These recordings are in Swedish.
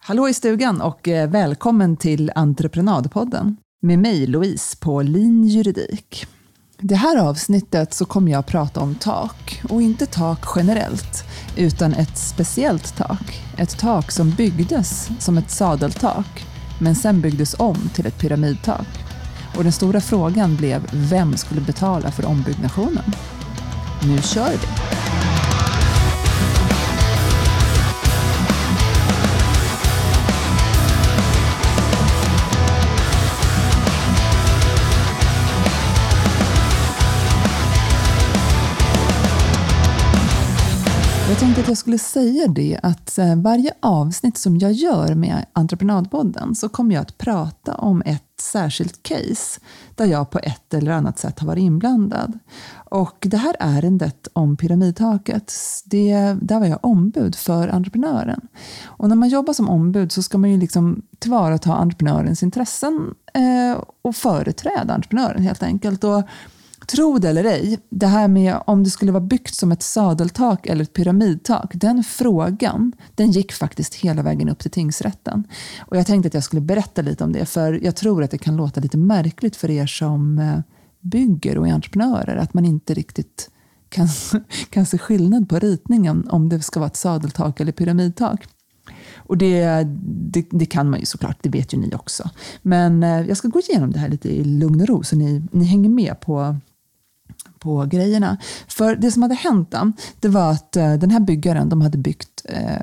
Hallå i stugan och välkommen till Entreprenadpodden med mig Louise på Lin Juridik. Det här avsnittet så kommer jag prata om tak, och inte tak generellt utan ett speciellt tak. Ett tak som byggdes som ett sadeltak men sen byggdes om till ett pyramidtak. Och den stora frågan blev vem skulle betala för ombyggnationen. Nu kör vi! Jag tänkte att jag skulle säga det att varje avsnitt som jag gör med Entreprenadpodden så kommer jag att prata om ett särskilt case där jag på ett eller annat sätt har varit inblandad. Och det här ärendet om pyramidtaket, där var jag ombud för entreprenören. Och när man jobbar som ombud så ska man ju liksom tillvarata entreprenörens intressen och företräda entreprenören helt enkelt. Och tro det eller ej, det här med om det skulle vara byggt som ett sadeltak eller ett pyramidtak, den frågan, den gick faktiskt hela vägen upp till tingsrätten. Och jag tänkte att jag skulle berätta lite om det, för jag tror att det kan låta lite märkligt för er som bygger och är entreprenörer, att man inte riktigt kan se skillnad på ritningen om det ska vara ett sadeltak eller pyramidtak. Och det kan man ju såklart, det vet ju ni också. Men jag ska gå igenom det här lite i lugn och ro så ni hänger med på grejerna. För det som hade hänt då, det var att den här byggaren, de hade byggt,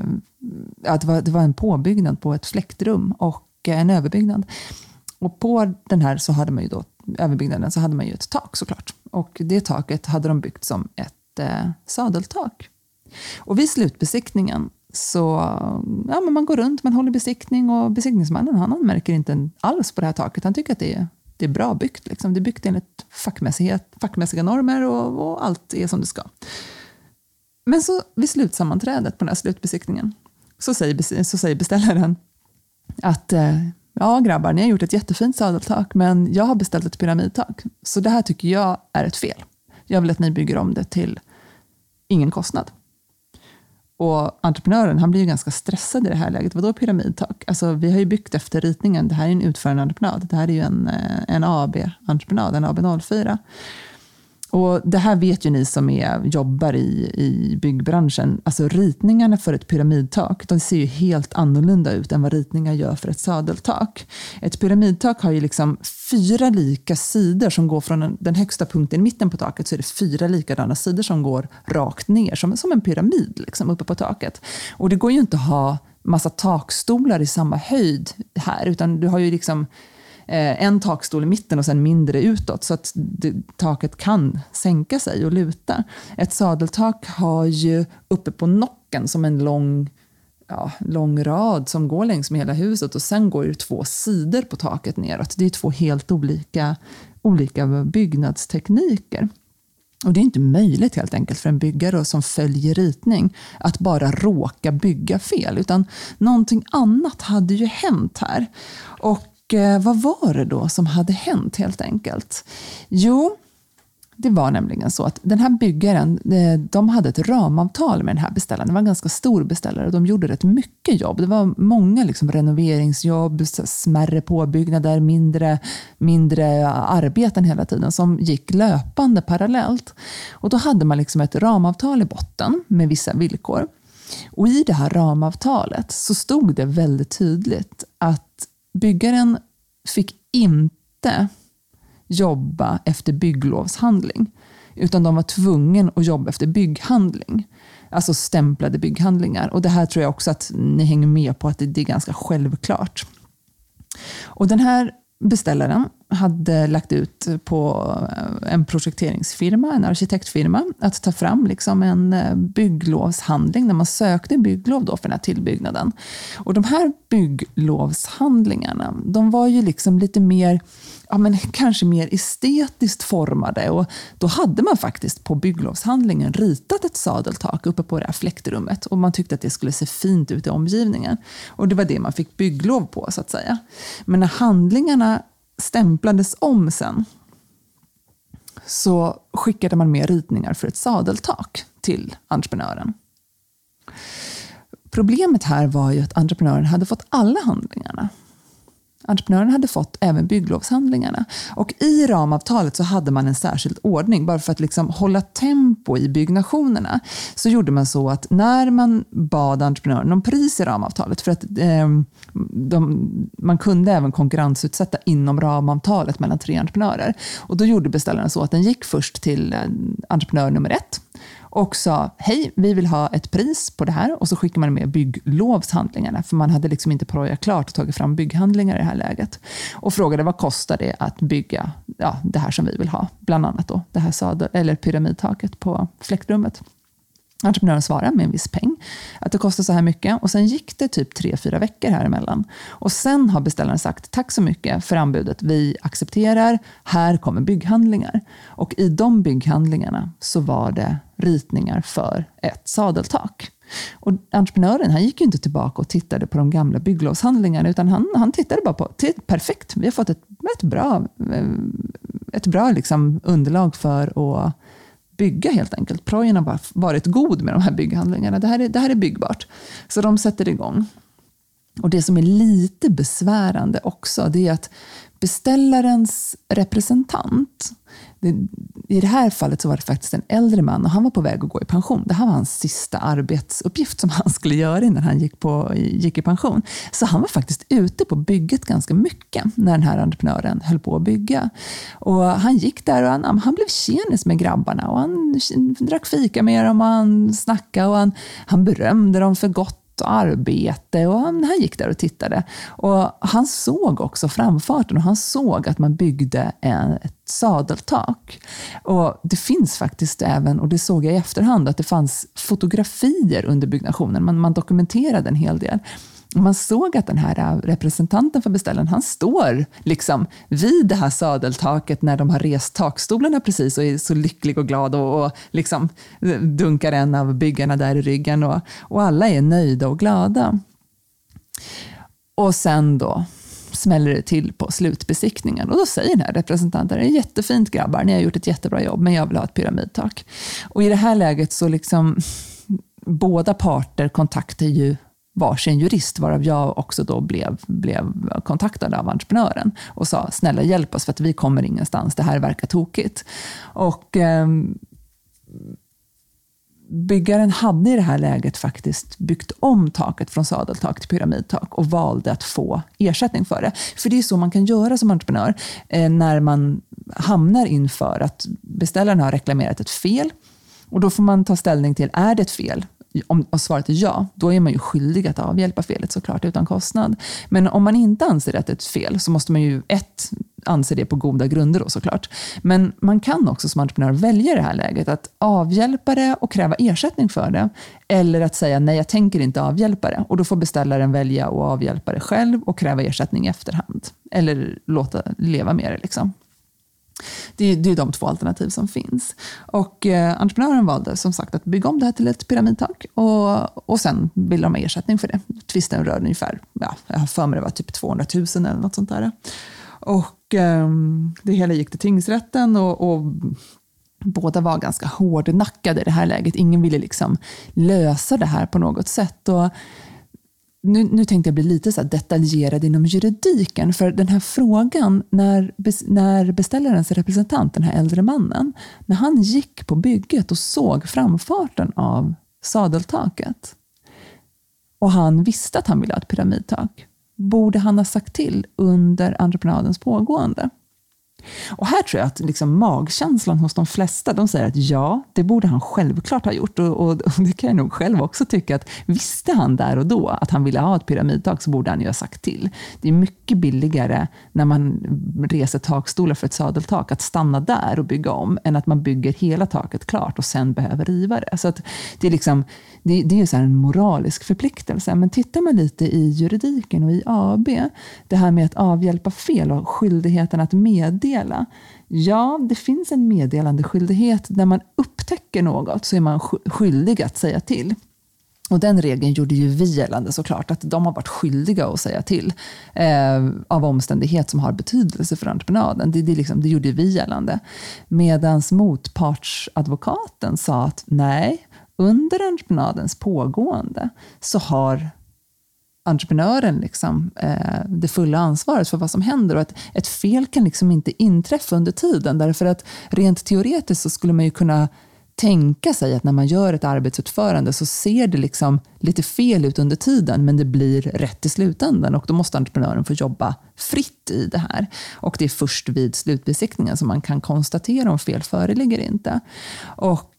det var en påbyggnad på ett fläktrum och en överbyggnad. Och på den här så hade man ju då, överbyggnaden, så hade man ju ett tak såklart. Och det taket hade de byggt som ett sadeltak. Och vid slutbesiktningen så, men man går runt, man håller besiktning, och besiktningsmannen, han märker inte alls på det här taket. Han tycker att det är bra byggt. Liksom. Det är byggt enligt fackmässiga normer och allt är som det ska. Men så vid slutsammanträdet på den här slutbesiktningen så säger beställaren att ja grabbar, ni har gjort ett jättefint sadeltak, men jag har beställt ett pyramidtak. Så det här tycker jag är ett fel. Jag vill att ni bygger om det till ingen kostnad. Och entreprenören, han blir ju ganska stressad i det här läget. Vadå pyramidtak? Alltså vi har ju byggt efter ritningen. Det här är en utförande entreprenad. Det här är ju en AB-entreprenad, en AB04. Och det här vet ju ni som jobbar i byggbranschen. Alltså ritningarna för ett pyramidtak, de ser ju helt annorlunda ut än vad ritningar gör för ett sadeltak. Ett pyramidtak har ju liksom 4 lika sidor som går från den högsta punkten i mitten på taket, så är det 4 likadana sidor som går rakt ner som en pyramid liksom, uppe på taket. Och det går ju inte att ha massa takstolar i samma höjd här, utan du har ju liksom en takstol i mitten och sen mindre utåt, så att taket kan sänka sig och luta. Ett sadeltak har ju uppe på nocken som en lång rad som går längs med hela huset, och sen går ju 2 sidor på taket neråt. Det är 2 helt olika byggnadstekniker. Och det är inte möjligt helt enkelt för en byggare som följer ritning att bara råka bygga fel, utan någonting annat hade ju hänt här. Och vad var det då som hade hänt helt enkelt? Jo, det var nämligen så att den här byggaren, de hade ett ramavtal med den här beställaren. Det var en ganska stor beställare och de gjorde rätt mycket jobb. Det var många liksom renoveringsjobb, smärre påbyggnader, mindre arbeten hela tiden som gick löpande parallellt. Och då hade man liksom ett ramavtal i botten med vissa villkor. Och i det här ramavtalet så stod det väldigt tydligt att byggaren fick inte jobba efter bygglovshandling, utan de var tvungen att jobba efter bygghandling. Alltså stämplade bygghandlingar. Och det här tror jag också att ni hänger med på att det är ganska självklart. Och den här beställaren hade lagt ut på en projekteringsfirma, en arkitektfirma, att ta fram liksom en bygglovshandling när man sökte bygglov då för den här tillbyggnaden. Och de här bygglovshandlingarna, de var ju liksom lite mer, kanske mer estetiskt formade, och då hade man faktiskt på bygglovshandlingen ritat ett sadeltak uppe på det här fläktrummet, och man tyckte att det skulle se fint ut i omgivningen. Och det var det man fick bygglov på så att säga. Men när handlingarna stämplades om sen, så skickade man med ritningar för ett sadeltak till entreprenören. Problemet här var ju att entreprenören hade fått alla handlingarna. Entreprenören hade fått även bygglovshandlingarna. Och i ramavtalet så hade man en särskild ordning. Bara för att liksom hålla tempo i byggnationerna. Så gjorde man så att när man bad entreprenören om pris i ramavtalet. För att man kunde även konkurrensutsätta inom ramavtalet mellan 3 entreprenörer. Och då gjorde beställaren så att den gick först till entreprenör nummer 1. Och sa, hej, vi vill ha ett pris på det här. Och så skickar man med bygglovshandlingarna. För man hade liksom inte projat klart och tagit fram bygghandlingar i det här läget. Och frågade, vad kostar det att bygga det här som vi vill ha? Bland annat då, det här pyramidtaket på fläktrummet. Entreprenören svarade med en viss peng att det kostar så här mycket. Och sen gick det typ 3-4 veckor här emellan. Och sen har beställaren sagt, tack så mycket för anbudet. Vi accepterar, här kommer bygghandlingar. Och i de bygghandlingarna så var det ritningar för ett sadeltak. Och entreprenören, han gick ju inte tillbaka och tittade på de gamla bygglovshandlingarna, utan han tittade bara på, perfekt, vi har fått ett bra liksom underlag för att bygga helt enkelt. Projen har varit god med de här bygghandlingarna. Det här är byggbart. Så de sätter igång. Och det som är lite besvärande också, det är att beställarens representant, i det här fallet så var det faktiskt en äldre man och han var på väg att gå i pension. Det här var hans sista arbetsuppgift som han skulle göra innan han gick i pension. Så han var faktiskt ute på bygget ganska mycket när den här entreprenören höll på att bygga. Och han gick där och han blev tjenis med grabbarna och han drack fika med dem och han snackade och han berömde dem för gott arbete och han gick där och tittade. Och han såg också framfarten och han såg att man byggde ett sadeltak. Och det finns faktiskt även, och det såg jag i efterhand, att det fanns fotografier under byggnationen. Man dokumenterade en hel del. Man såg att den här representanten för beställaren, han står liksom vid det här sadeltaket när de har rest takstolarna precis och är så lycklig och glad och liksom dunkar en av byggarna där i ryggen och alla är nöjda och glada. Och sen då smäller det till på slutbesiktningen och då säger den här representanten, det är jättefint grabbar, ni har gjort ett jättebra jobb men jag vill ha ett pyramidtak. Och i det här läget så liksom båda parter kontaktar ju varsin jurist, varav jag också då blev kontaktad av entreprenören och sa, snälla hjälp oss för att vi kommer ingenstans, det här verkar tokigt. Och byggaren hade i det här läget faktiskt byggt om taket från sadeltak till pyramidtak och valde att få ersättning för det. För det är så man kan göra som entreprenör när man hamnar inför att beställaren har reklamerat ett fel och då får man ta ställning till, är det ett fel? Om svaret är ja, då är man ju skyldig att avhjälpa felet såklart utan kostnad. Men om man inte anser att det är ett fel så måste man ju anse det på goda grunder då såklart. Men man kan också som entreprenör välja det här läget att avhjälpa det och kräva ersättning för det. Eller att säga nej, jag tänker inte avhjälpa det. Och då får beställaren välja att avhjälpa det själv och kräva ersättning i efterhand. Eller låta leva med det liksom. Det är de 2 alternativ som finns. Och entreprenören valde som sagt att bygga om det här till ett pyramidtak och sen vill de ha ersättning för det. Tvisten rör ungefär, jag har för mig det var typ 200 000 eller något sånt där. Och det hela gick till tingsrätten och båda var ganska hårdnackade i det här läget. Ingen ville liksom lösa det här på något sätt och nu tänkte jag bli lite så här detaljerad inom juridiken. För den här frågan, när beställarens representant, den här äldre mannen, när han gick på bygget och såg framfarten av sadeltaket och han visste att han ville ha ett pyramidtak, borde han ha sagt till under entreprenadens pågående? Och här tror jag att liksom magkänslan hos de flesta, de säger att ja, det borde han självklart ha gjort. Och det kan jag nog själv också tycka att visste han där och då att han ville ha ett pyramidtak så borde han ju ha sagt till. Det är mycket billigare när man reser takstolar för ett sadeltak att stanna där och bygga om än att man bygger hela taket klart och sen behöver riva det. Så att det är liksom, det är ju så här en moralisk förpliktelse. Men tittar man lite i juridiken och i AB, det här med att avhjälpa fel och skyldigheten att meddela. Ja, det finns en meddelandeskyldighet. När man upptäcker något så är man skyldig att säga till. Och den regeln gjorde ju vi gällande såklart, att de har varit skyldiga att säga till av omständighet som har betydelse för entreprenaden. Det gjorde vi gällande. Medans motpartsadvokaten sa att nej, under entreprenadens pågående så har entreprenören liksom, det fulla ansvaret för vad som händer, och att ett fel kan liksom inte inträffa under tiden, därför att rent teoretiskt så skulle man ju kunna tänka sig att när man gör ett arbetsutförande så ser det liksom lite fel ut under tiden, men det blir rätt i slutändan, och då måste entreprenören få jobba fritt i det här. Och det är först vid slutbesiktningen som man kan konstatera om fel föreligger inte. Och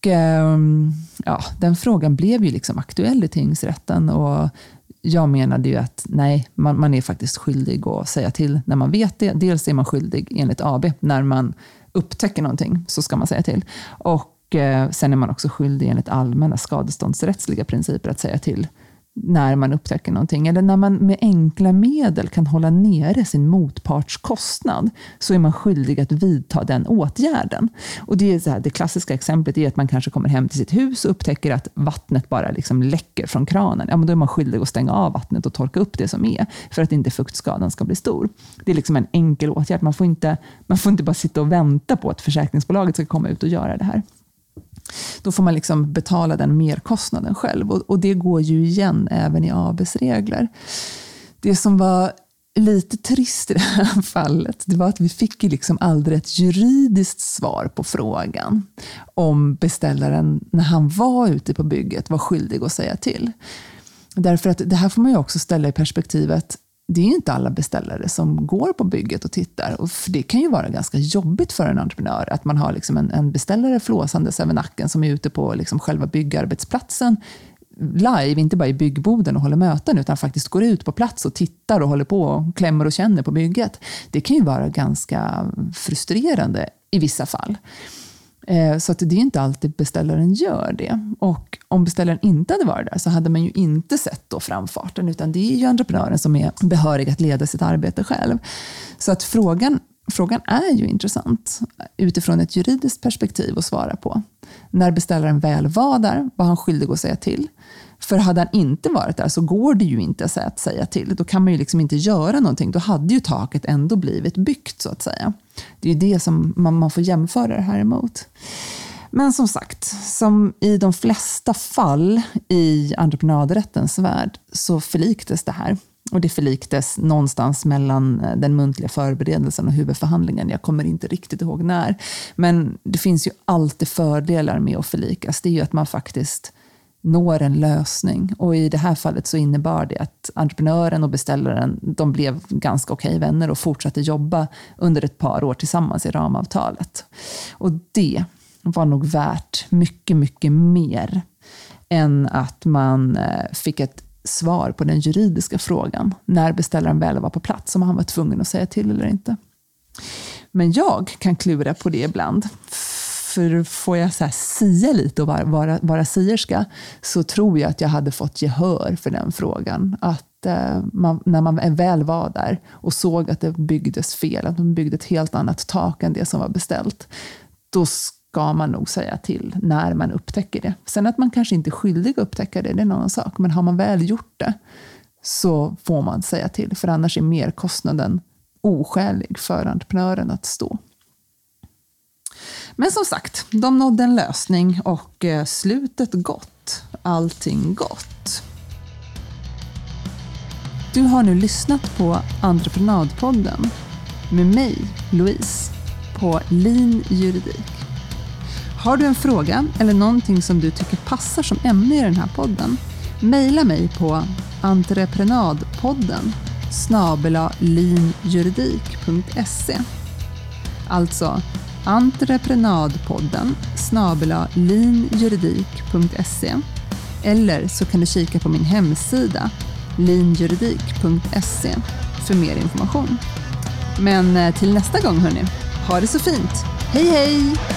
den frågan blev ju liksom aktuell i tingsrätten, och jag menade ju att nej, man är faktiskt skyldig att säga till när man vet det. Dels är man skyldig enligt AB, när man upptäcker någonting så ska man säga till. Och sen är man också skyldig enligt allmänna skadeståndsrättsliga principer att säga till när man upptäcker någonting. Eller när man med enkla medel kan hålla nere sin motparts kostnad, så är man skyldig att vidta den åtgärden. Och det är så här, det klassiska exemplet är att man kanske kommer hem till sitt hus och upptäcker att vattnet bara liksom läcker från kranen. Ja, men då är man skyldig att stänga av vattnet och torka upp det som är, för att inte fuktskadan ska bli stor. Det är liksom en enkel åtgärd. Man får inte bara sitta och vänta på att försäkringsbolaget ska komma ut och göra det här. Då får man liksom betala den merkostnaden själv. Och det går ju igen även i AB:s regler. Det som var lite trist i det här fallet, det var att vi fick ju liksom aldrig ett juridiskt svar på frågan om beställaren, när han var ute på bygget, var skyldig att säga till. Därför att det här får man ju också ställa i perspektivet. Det är ju inte alla beställare som går på bygget och tittar. Och för det kan ju vara ganska jobbigt för en entreprenör att man har liksom en beställare flåsandes över nacken som är ute på liksom själva byggarbetsplatsen live, inte bara i byggboden och håller möten, utan faktiskt går ut på plats och tittar och håller på och klämmer och känner på bygget. Det kan ju vara ganska frustrerande i vissa fall. Så att det är inte alltid beställaren gör det. Och om beställaren inte hade varit där så hade man ju inte sett då framfarten, utan det är ju entreprenören som är behörig att leda sitt arbete själv. Så att frågan är ju intressant utifrån ett juridiskt perspektiv att svara på. När beställaren väl var där var han skyldig att säga till. För hade han inte varit där så går det ju inte att säga till. Då kan man ju liksom inte göra någonting. Då hade ju taket ändå blivit byggt, så att säga. Det är ju det som man får jämföra det här emot. Men som sagt, som i de flesta fall i entreprenadrättens värld så förliktes det här. Och det förliktes någonstans mellan den muntliga förberedelsen och huvudförhandlingen. Jag kommer inte riktigt ihåg när. Men det finns ju alltid fördelar med att förlikas. Det är ju att man faktiskt når en lösning. Och i det här fallet så innebar det att entreprenören och beställaren, de blev ganska okej vänner och fortsatte jobba under ett par år tillsammans i ramavtalet. Och det var nog värt mycket, mycket mer än att man fick ett svar på den juridiska frågan när beställaren väl var på plats, om han var tvungen att säga till eller inte. Men jag kan klura på det ibland. För får jag så här sia lite och vara sierska, så tror jag att jag hade fått gehör för den frågan. Att när man väl var där och såg att det byggdes fel, att de byggde ett helt annat tak än det som var beställt, då ska man nog säga till när man upptäcker det. Sen att man kanske inte är skyldig att upptäcka det är en annan sak. Men har man väl gjort det så får man säga till. För annars är merkostnaden oskälig för entreprenören att stå. Men som sagt, de nådde en lösning och slutet gott. Allting gott. Du har nu lyssnat på Entreprenadpodden med mig, Louise, på Lean Juridik. Har du en fråga eller någonting som du tycker passar som ämne i den här podden? Mejla mig på entreprenadpodden@leanjuridik.se. Alltså entreprenadpodden@leanjuridik.se. Eller så kan du kika på min hemsida leanjuridik.se för mer information. Men till nästa gång hörni, ha det så fint. Hej hej!